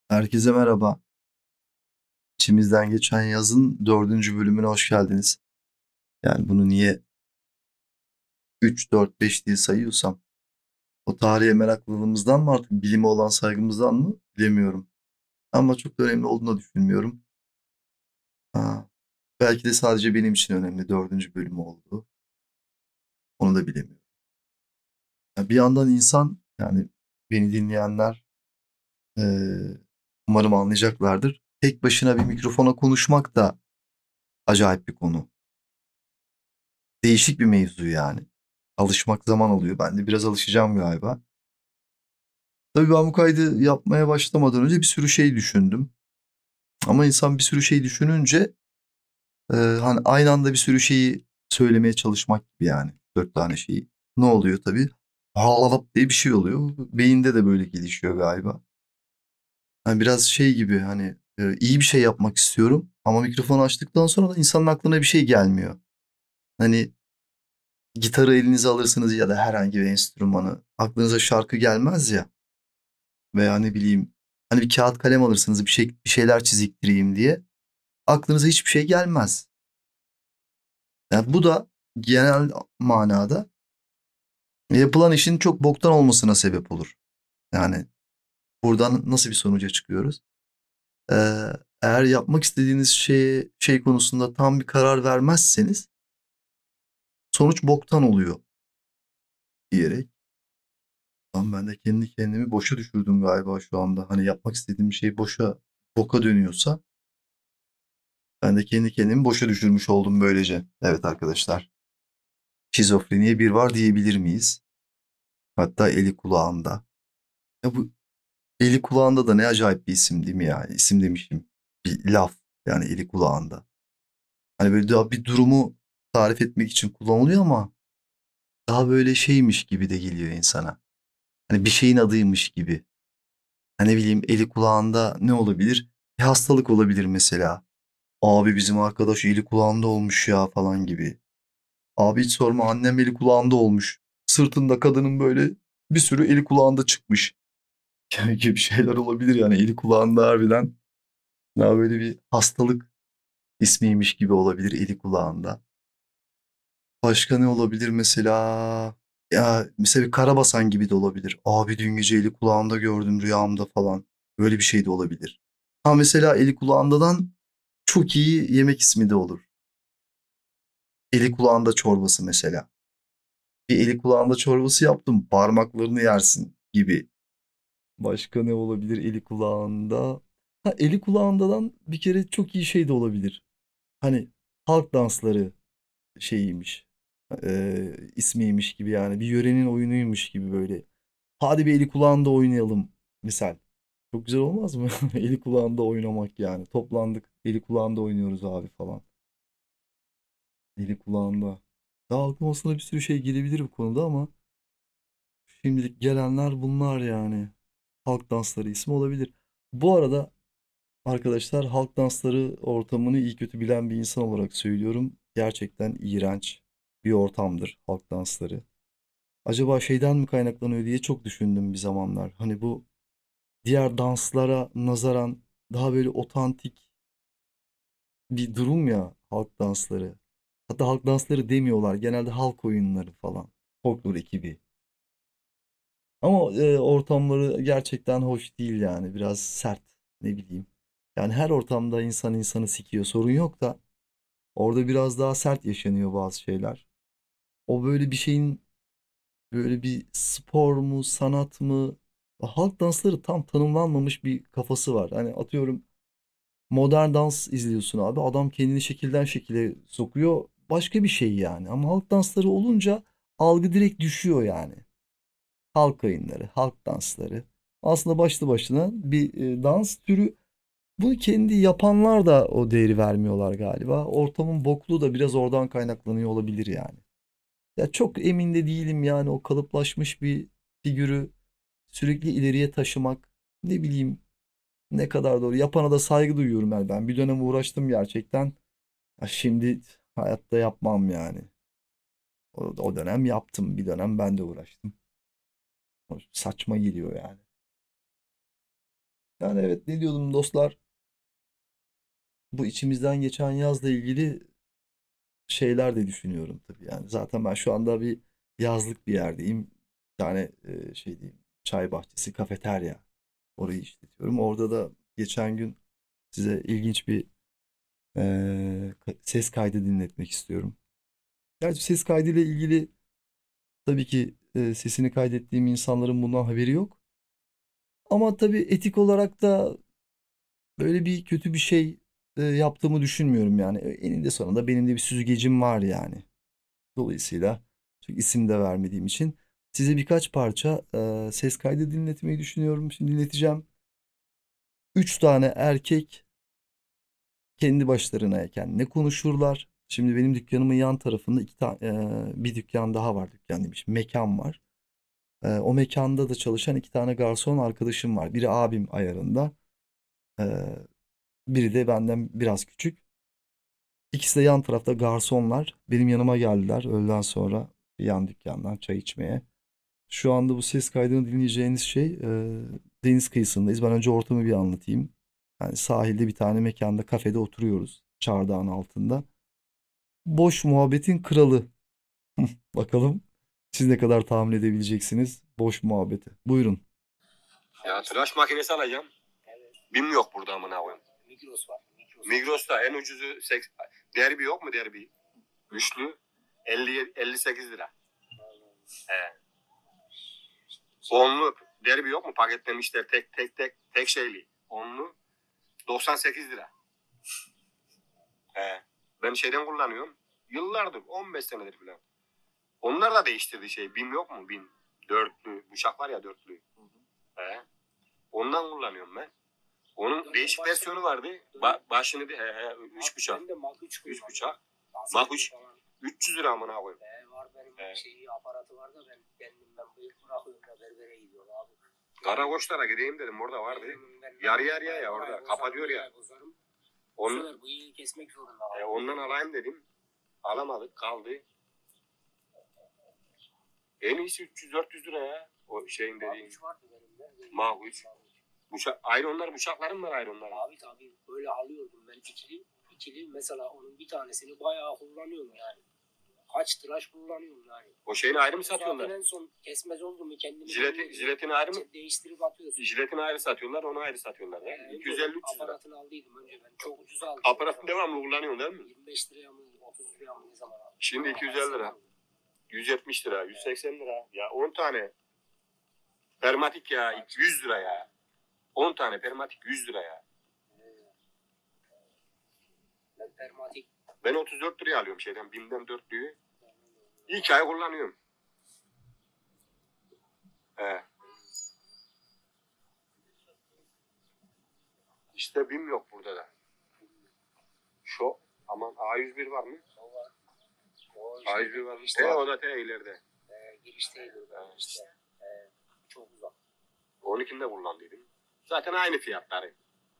Herkese merhaba. İçimizden geçen yazın dördüncü bölümüne hoş geldiniz. Yani bunu niye 3, 4, 5 diye sayıyorsam o tarihe meraklılığımızdan mı artık bilime olan saygımızdan mı bilemiyorum. Ama çok da önemli olduğunu da düşünmüyorum. Ha, belki de sadece benim için önemli dördüncü bölüm oldu. Onu da bilemiyorum. Ya bir yandan insan yani beni dinleyenler umarım anlayacaklardır. Tek başına bir mikrofona konuşmak da acayip bir konu. Değişik bir mevzu yani. Alışmak zaman alıyor. Ben de biraz alışacağım galiba. Tabii ben bu kaydı yapmaya başlamadan önce bir sürü şey düşündüm. Ama insan bir sürü şey düşününce hani aynı anda bir sürü şeyi söylemeye çalışmak gibi yani. Dört tane şeyi. Ne oluyor tabii? Haalalap diye bir şey oluyor. Beyinde de böyle gelişiyor galiba. Hani biraz şey gibi hani iyi bir şey yapmak istiyorum. Ama mikrofonu açtıktan sonra da insanın aklına bir şey gelmiyor. Hani gitarı elinize alırsınız ya da herhangi bir enstrümanı. Aklınıza şarkı gelmez ya. Veya ne bileyim hani bir kağıt kalem alırsınız bir şeyler çiziktireyim diye. Aklınıza hiçbir şey gelmez. Yani bu da genel manada yapılan işin çok boktan olmasına sebep olur. Yani buradan nasıl bir sonuca çıkıyoruz? Ee, Eğer yapmak istediğiniz şey konusunda tam bir karar vermezseniz sonuç boktan oluyor diyerek. Lan ben de kendi kendimi boşa düşürdüm galiba şu anda. Hani yapmak istediğim şey boka dönüyorsa ben de kendi kendimi boşa düşürmüş oldum böylece. Evet arkadaşlar. Şizofreniye bir var diyebilir miyiz? Hatta eli kulağında. Ya bu eli kulağında da ne acayip bir isim değil mi ya? İsim demişim. Bir laf yani eli kulağında. Hani böyle daha bir durumu tarif etmek için kullanılıyor ama daha böyle şeymiş gibi de geliyor insana. Hani bir şeyin adıymış gibi. Hani ne bileyim eli kulağında ne olabilir? Bir hastalık olabilir mesela. Abi bizim arkadaş eli kulağında olmuş ya falan gibi. Abi hiç sorma annem eli kulağında olmuş. Sırtında kadının böyle bir sürü eli kulağında çıkmış. Gibi şeyler olabilir yani eli kulağında harbiden. Daha böyle bir hastalık ismiymiş gibi olabilir eli kulağında. Başka ne olabilir mesela? Ya mesela bir karabasan gibi de olabilir. Abi dün gece eli kulağında gördüm rüyamda falan. Böyle bir şey de olabilir. Ha mesela eli kulağındadan çok iyi yemek ismi de olur. Eli kulağında çorbası mesela. Bir eli kulağında çorbası yaptım parmaklarını yersin gibi. Başka ne olabilir eli kulağında? Ha eli kulağındadan bir kere çok iyi şey de olabilir. Hani halk dansları şeyiymiş. İsmiymiş gibi yani. Bir yörenin oyunuymuş gibi böyle. Hadi bir eli kulağında oynayalım misal. Çok güzel olmaz mı? Eli kulağında oynamak yani. Toplandık eli kulağında oynuyoruz abi falan. Eli kulağında. Daha aklıma aslında bir sürü şey gelebilir bu konuda ama şimdilik gelenler bunlar yani. Halk dansları ismi olabilir. Bu arada arkadaşlar halk dansları ortamını iyi kötü bilen bir insan olarak söylüyorum. Gerçekten iğrenç bir ortamdır halk dansları. Acaba şeyden mi kaynaklanıyor diye çok düşündüm bir zamanlar. Hani bu diğer danslara nazaran daha böyle otantik bir durum ya halk dansları. Hatta halk dansları demiyorlar. Genelde halk oyunları falan. Folklor ekibi. Ama ortamları gerçekten hoş değil yani. Biraz sert. Ne bileyim. Yani her ortamda insan insanı sikiyor. Sorun yok da orada biraz daha sert yaşanıyor bazı şeyler. O böyle bir şeyin böyle bir spor mu, sanat mı? Halk dansları tam tanımlanmamış bir kafası var. Hani atıyorum modern dans izliyorsun abi. Adam kendini şekilden şekile sokuyor. Başka bir şey yani. Ama halk dansları olunca algı direkt düşüyor yani. Halk oyunları, halk dansları. Aslında başlı başına bir dans türü. Bunu kendi yapanlar da o değeri vermiyorlar galiba. Ortamın bokluğu da biraz oradan kaynaklanıyor olabilir yani. Ya çok emin de değilim yani o kalıplaşmış bir figürü sürekli ileriye taşımak ne bileyim ne kadar doğru. Yapana da saygı duyuyorum yani ben bir dönem uğraştım gerçekten. Ha, şimdi hayatta yapmam yani. O dönem yaptım bir dönem ben de uğraştım. Saçma geliyor yani. Yani evet, ne diyordum dostlar? Bu içimizden geçen yazla ilgili şeyler de düşünüyorum tabii. Yani zaten ben şu anda bir yazlık bir yerdeyim. Bir tane şey diyeyim, çay bahçesi, kafeterya. Orayı işletiyorum. Orada da geçen gün size ilginç bir ses kaydı dinletmek istiyorum. Gerçi ses kaydıyla ilgili tabii ki sesini kaydettiğim insanların bundan haberi yok. Ama tabii etik olarak da böyle bir kötü bir şey yaptığımı düşünmüyorum yani. Eninde sonunda benim de bir süzgecim var yani. Dolayısıyla çünkü isim de vermediğim için size birkaç parça ses kaydı dinletmeyi düşünüyorum. Şimdi dinleteceğim. Üç tane erkek kendi başlarınayken ne konuşurlar? Şimdi benim dükkanımın yan tarafında bir dükkan daha var, dükkan demiş, mekan var. O mekanda da çalışan iki tane garson arkadaşım var. Biri abim ayarında, e, biri de benden biraz küçük. İkisi de yan tarafta garsonlar. Benim yanıma geldiler öğleden sonra yan dükkandan çay içmeye. Şu anda bu ses kaydını dinleyeceğiniz şey, deniz kıyısındayız. Ben önce ortamı bir anlatayım. Yani sahilde bir tane mekanda, kafede oturuyoruz. Çardağın altında. Boş muhabbetin kralı. Bakalım siz ne kadar tahmin edebileceksiniz boş muhabbeti. Buyurun. Ya tıraş makinesi alacağım. Evet. BİM yok burada amına koyayım. Migros var. Migros'ta en ucuzu derbi yok mu derbi? Üçlü 58 lira. He. Onlu derbi yok mu? Paketlemişler tek şeyli. Onlu 98 lira. He. Ben şeyden kullanıyorum. Yıllardır 15 senedir falan. Onlar da değiştirdi şey. BİM yok mu? BİM. Dörtlü. Bıçak var ya, dörtlü. He. Ondan kullanıyorum ben. Onun değişik versiyonu vardı. Başını üç bıçak. Ben de Mach 3 kullanıyorum. 3 bıçak. Mach 3 300 lira amına koyayım. Var benim aparatı var da ben bıyık bırakıyorum da berbere gidiyorum abi. Karakoçlara gideyim dedim, orada vardı. Yarı yarıya ya orada. Kapatıyor ya. Onu bıyığı kesmek zorunda. Ondan alayım dedim. Alamadık, kaldı. En iyisi 300-400 lira ya. O şeyin dediğin. Mach 3. Onlar bıçaklarım var, onlar. Abi tabii böyle alıyordum ben ikili mesela onun bir tanesini bayağı kullanıyorum yani. Kaç tıraş kullanıyorum yani. O şeyini ayrı mı satıyorlar? Zaten en son kesmez oldu mu kendini. Jiletini ayrı mı? Değiştirip atıyorsun. Jiletini ayrı satıyorlar, onu ayrı satıyorlar. 250-300 lira. Aparatını aldıydım önce ben, çok ucuz aldım. Aparatını devamlı kullanıyorsun değil mi? 25 liraya mı 30 liraya mı ne zaman aldım? Şimdi 250 lira. 170 lira, 180 lira. Ya 10 tane permatik ya 100 lira ya. 10 tane permatik 100 lira ya. Ben 34 liraya alıyorum şeyden, BİM'den dörtlüğü. 2 ay kullanıyorum. İşte BİM yok burada da. Şu aman A101 var mı? O var. A101 var mı? O da ileride. Girişteydi orada işte. Çok uzak. 12'inde kullandıydım. Zaten aynı fiyatları.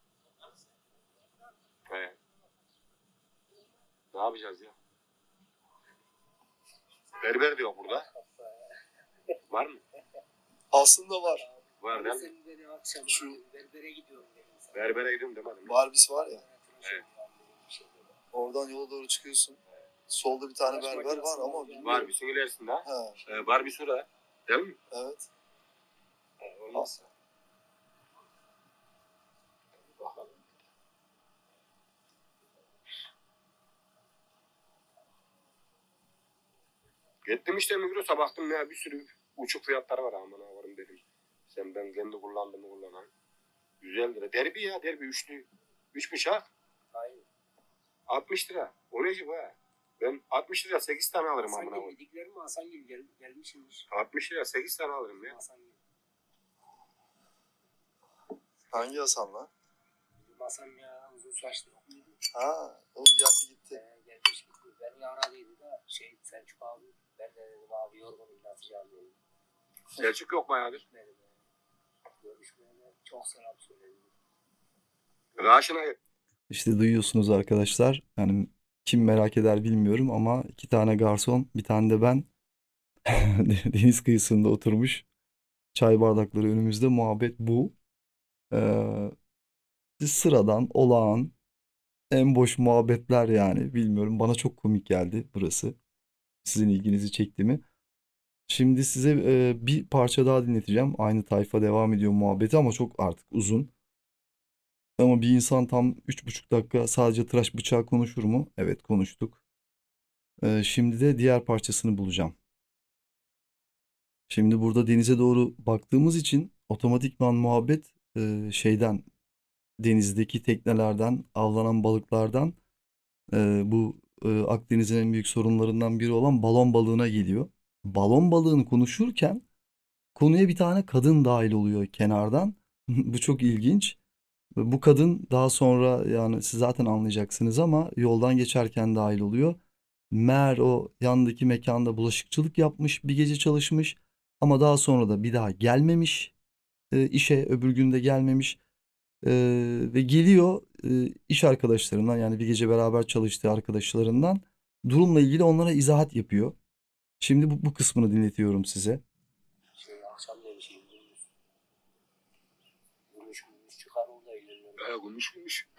Ne yapacağız ya? Berber de yok burada. Var mı? Aslında var. Var değil mi? Senin beni akşam berbere gidiyorum dedim. Berbere gidiyorum demedim. Barbis var ya. Evet. Oradan yola doğru çıkıyorsun. Solda bir tane berber var ama bilmiyorum. Barbis'in ilerisinde. Barbis orada. Değil mi? Evet. Olmaz. Gittim işte Migros'a, baktım ya bir sürü uçuk fiyatları var, aman ağlarım dedim. Ben kendi kullandığımı kullanan. 150 lira. Derbi ya, derbi üçlü. 3 bıçak. Hayır. 60 lira. O ne ki bu ha? Ben 60 lira 8 tane alırım amına koyayım. Dediklerim Hasangil gelmişmiş. 60 lira 8 tane alırım ya. Hasangil. Hangi Hasan lan? Hasan ya, uzun saçlı yok muydu? Ha, o geldi gitti. Gelmiş gitti. Beni aradıydı da Selçuk abi. Ben de dedim abi yorgunum, yatacağım dedim. Selçuk yok bayağıdır. Görüşmeye çok selam söyledim. Raşin'a İşte duyuyorsunuz arkadaşlar. Yani kim merak eder bilmiyorum ama iki tane garson, bir tane de ben deniz kıyısında oturmuş. Çay bardakları önümüzde, muhabbet bu. Sıradan, olağan, en boş muhabbetler yani. Bilmiyorum, bana çok komik geldi burası. Sizin ilginizi çekti mi? Şimdi size bir parça daha dinleteceğim. Aynı tayfa devam ediyor muhabbeti ama çok artık uzun. Ama bir insan tam 3,5 dakika sadece tıraş bıçağı konuşur mu? Evet, konuştuk. Şimdi de diğer parçasını bulacağım. Şimdi burada denize doğru baktığımız için otomatikman muhabbet şeyden, denizdeki teknelerden, avlanan balıklardan, bu Akdeniz'in en büyük sorunlarından biri olan balon balığına geliyor. Balon balığını konuşurken konuya bir tane kadın dahil oluyor kenardan. Bu çok ilginç. Ve bu kadın daha sonra, yani siz zaten anlayacaksınız ama, yoldan geçerken dahil oluyor. Meğer o yandaki mekanda bulaşıkçılık yapmış, bir gece çalışmış ama daha sonra da bir daha gelmemiş işe, öbür gün de gelmemiş. Ve geliyor iş arkadaşlarından, yani bir gece beraber çalıştığı arkadaşlarından, durumla ilgili onlara izahat yapıyor. Şimdi bu kısmını dinletiyorum size. Akşam demişim. Gümüş çıkar orada ilerler. Gümüş.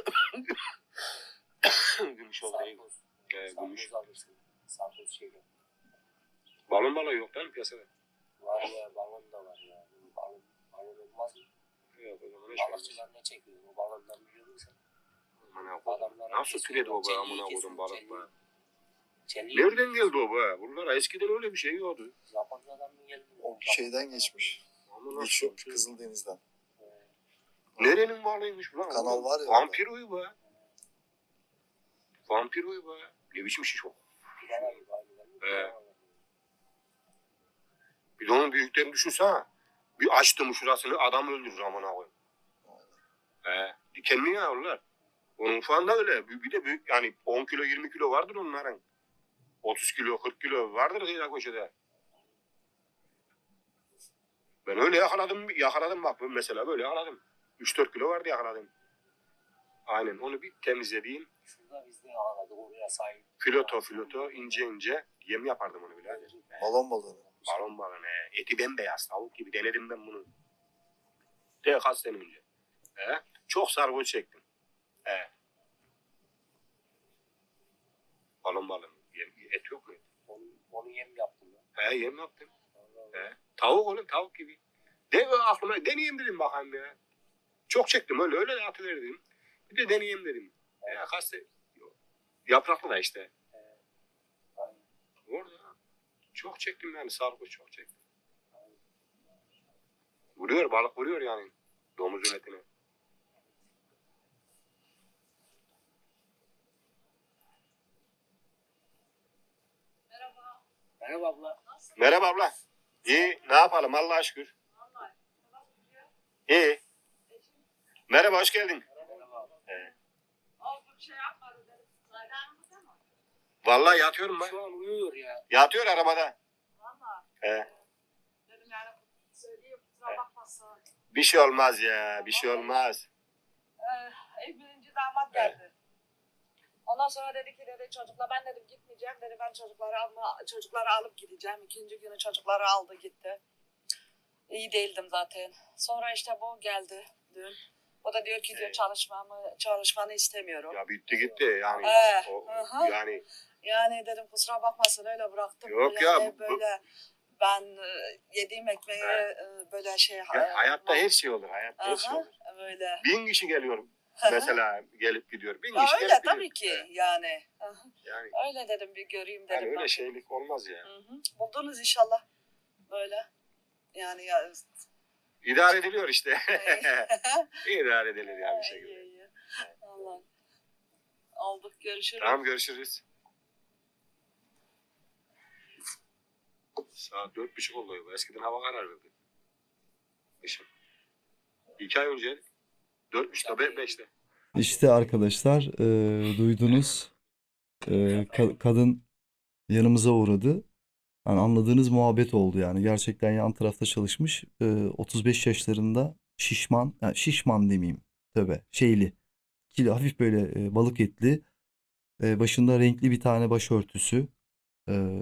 Gümüş orada iyi. Gümüş. Sarkoz alırsın. Sarkoz şeyle. Balon balığı yok değil mi piyasada? Var ya, balon da var ya. Balon olmaz mı? Yok, o zaman hiç olmaz. Balıkçılar ne çekiyor? O balondan biliyor musun sen? Amına koydum. Adamlara Nasıl türedi o be amına koydum balık be? Çeliği. Nereden geldi o be? Bunlar eskiden öyle bir şey yoktu. Japonya'dan mı geldi? O şeyden geçmiş. Amına Şu koydum. Kızıldeniz'den. Nerenin balığıymış bu lan? Kanal var ya Vampir uyu be. Vampir uyu be. Ne biçim şiş o? Bir de onun büyüklerini düşünsene. Bir açtım şurasını, adam öldürür amına koyayım. Dikenli ya onlar. Onun ufağında öyle. Bir de büyük, yani 10 kilo 20 kilo vardır onların. 30 kilo 40 kilo vardır kıyıda köşede. Ben öyle yakaladım bak mesela böyle yakaladım. 3-4 kilo vardı yakaladım. Aynen, onu bir temizlediğim. Şurada biz de yakaladık oraya sahip. Filoto ince yem yapardım onu birader. Balon balığı. Balon balığını. Eti bembeyaz tavuk gibi, denedim ben bunu. De kaç sene önce. Çok sargoç çektim. Balon balığı. Et yok mu? Onu yem yaptım ya. Yem yaptım. Tavuk oğlum, tavuk gibi. Aklıma deneyeyim dedim bakayım ya. Çok çektim öyle de atıverdim. Bir de deneyeyim dedim. Kaç sene. Yapraklı da işte. Orada çok çektim yani, sargoç çok çektim. Balık vuruyor yani domuzun etine. Merhaba abla. Merhaba abla. İyi, ne yapalım Allah'a şükür. İyi. Merhaba, hoş geldin. Vallahi yatıyorum ben. Şu an uyuyor ya. Yatıyor arabada. Dedim yani söyleyeyim, kusura bakmasın. Bir şey olmaz ya, bir şey olmaz. Birinci damat geldi. Ondan sonra dedi ki çocuklar, ben dedim gitmeyeceğim dedi, ben çocukları alıp gideceğim. İkinci günü çocukları aldı gitti. İyi değildim zaten. Sonra işte bu geldi dün. O da diyor ki diyor çalışmanı istemiyorum. Ya bitti gitti yani. Yani. Yani dedim kusura bakmasın, öyle bıraktım. Yok yani ya. Böyle ben yediğim ekmeği böyle şey. Ya, hayatta her şey olur. Hayatta her şey olur. Böyle. 1000 kişi geliyor. Mesela gelip gidiyor. 1000 Ya kişi öyle gelip tabii gidiyor. ki yani. Yani. Öyle dedim, bir göreyim dedim. Yani öyle bakayım. şeylik olmaz ya. Buldunuz inşallah böyle. Yani ya. İdare ediliyor işte. İdare edilir yani bir şekilde. İyi. Allah. Aldık, görüşürüz. Tamam, görüşürüz. Saat 4.30 oldu. Eskiden hava kararırdı. Kışın. 2 ay önce 4.30'da 5'te. İşte arkadaşlar, duydunuz. Kadın yanımıza uğradı. Yani anladığınız muhabbet oldu yani. Gerçekten yan tarafta çalışmış. 35 yaşlarında, şişman. Yani şişman demeyeyim. Tabii şeyli. Kilo, hafif böyle balık etli. Başında renkli bir tane başörtüsü.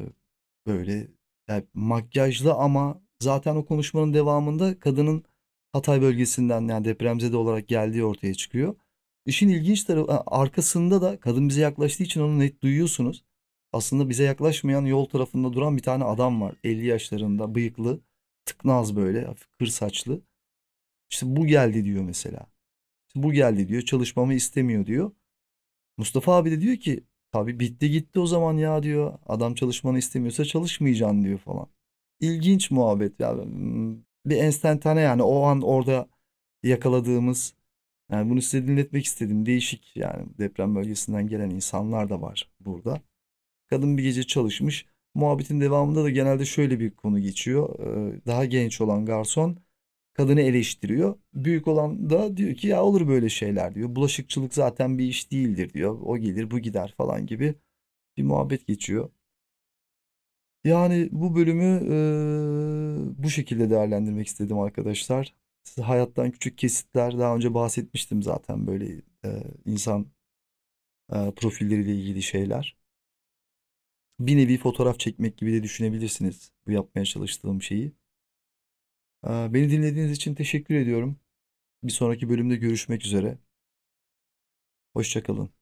Böyle yani makyajlı ama zaten o konuşmanın devamında kadının Hatay bölgesinden yani depremzede olarak geldiği ortaya çıkıyor. İşin ilginç tarafı arkasında da kadın bize yaklaştığı için onu net duyuyorsunuz. Aslında bize yaklaşmayan yol tarafında duran bir tane adam var. 50 yaşlarında, bıyıklı, tıknaz böyle, hafif kır saçlı. İşte bu geldi diyor mesela. İşte bu geldi diyor, çalışmamı istemiyor diyor. Mustafa abi de diyor ki tabii bitti gitti o zaman ya diyor. Adam çalışmanı istemiyorsa çalışmayacaksın diyor falan. İlginç muhabbet ya. Bir enstantane yani o an orada yakaladığımız. Yani bunu size dinletmek istedim. Değişik yani deprem bölgesinden gelen insanlar da var burada. Kadın bir gece çalışmış. Muhabbetin devamında da genelde şöyle bir konu geçiyor. Daha genç olan garson kadını eleştiriyor. Büyük olan da diyor ki ya olur böyle şeyler diyor. Bulaşıkçılık zaten bir iş değildir diyor. O gelir bu gider falan gibi bir muhabbet geçiyor. Yani bu bölümü bu şekilde değerlendirmek istedim arkadaşlar. Size hayattan küçük kesitler daha önce bahsetmiştim zaten böyle insan profilleriyle ilgili şeyler. Bir nevi fotoğraf çekmek gibi de düşünebilirsiniz bu yapmaya çalıştığım şeyi. Beni dinlediğiniz için teşekkür ediyorum. Bir sonraki bölümde görüşmek üzere. Hoşça kalın.